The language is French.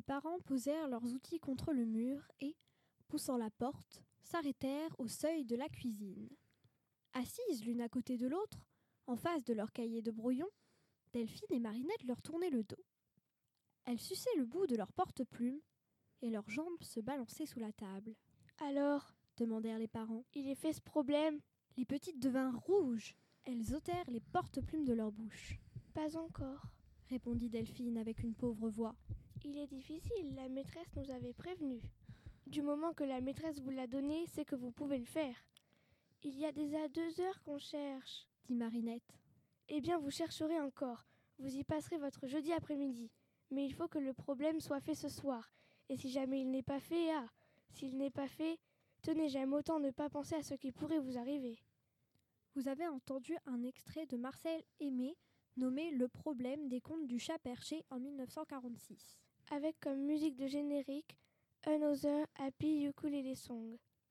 parents posèrent leurs outils contre le mur et, poussant la porte, s'arrêtèrent au seuil de la cuisine. Assises l'une à côté de l'autre, en face de leur cahier de brouillon, Delphine et Marinette leur tournaient le dos. Elles suçaient le bout de leur porte-plume et leurs jambes se balançaient sous la table. « Alors ?» demandèrent les parents. « Il est fait ce problème ?» Les petites devinrent rouges. Elles ôtèrent les porte-plumes de leur bouche. « Pas encore » répondit Delphine avec une pauvre voix. « Il est difficile, la maîtresse nous avait prévenus. Du moment que la maîtresse vous l'a donné, c'est que vous pouvez le faire. Il y a déjà 2 heures qu'on cherche, » dit Marinette. « Eh bien, vous chercherez encore. Vous y passerez votre jeudi après-midi. Mais il faut que le problème soit fait ce soir. Et si jamais il n'est pas fait, s'il n'est pas fait, tenez, j'aime autant ne pas penser à ce qui pourrait vous arriver. » Vous avez entendu un extrait de Marcel Aimé nommé Le problème des contes du chat perché en 1946. Avec comme musique de générique Another Happy Ukulele Song.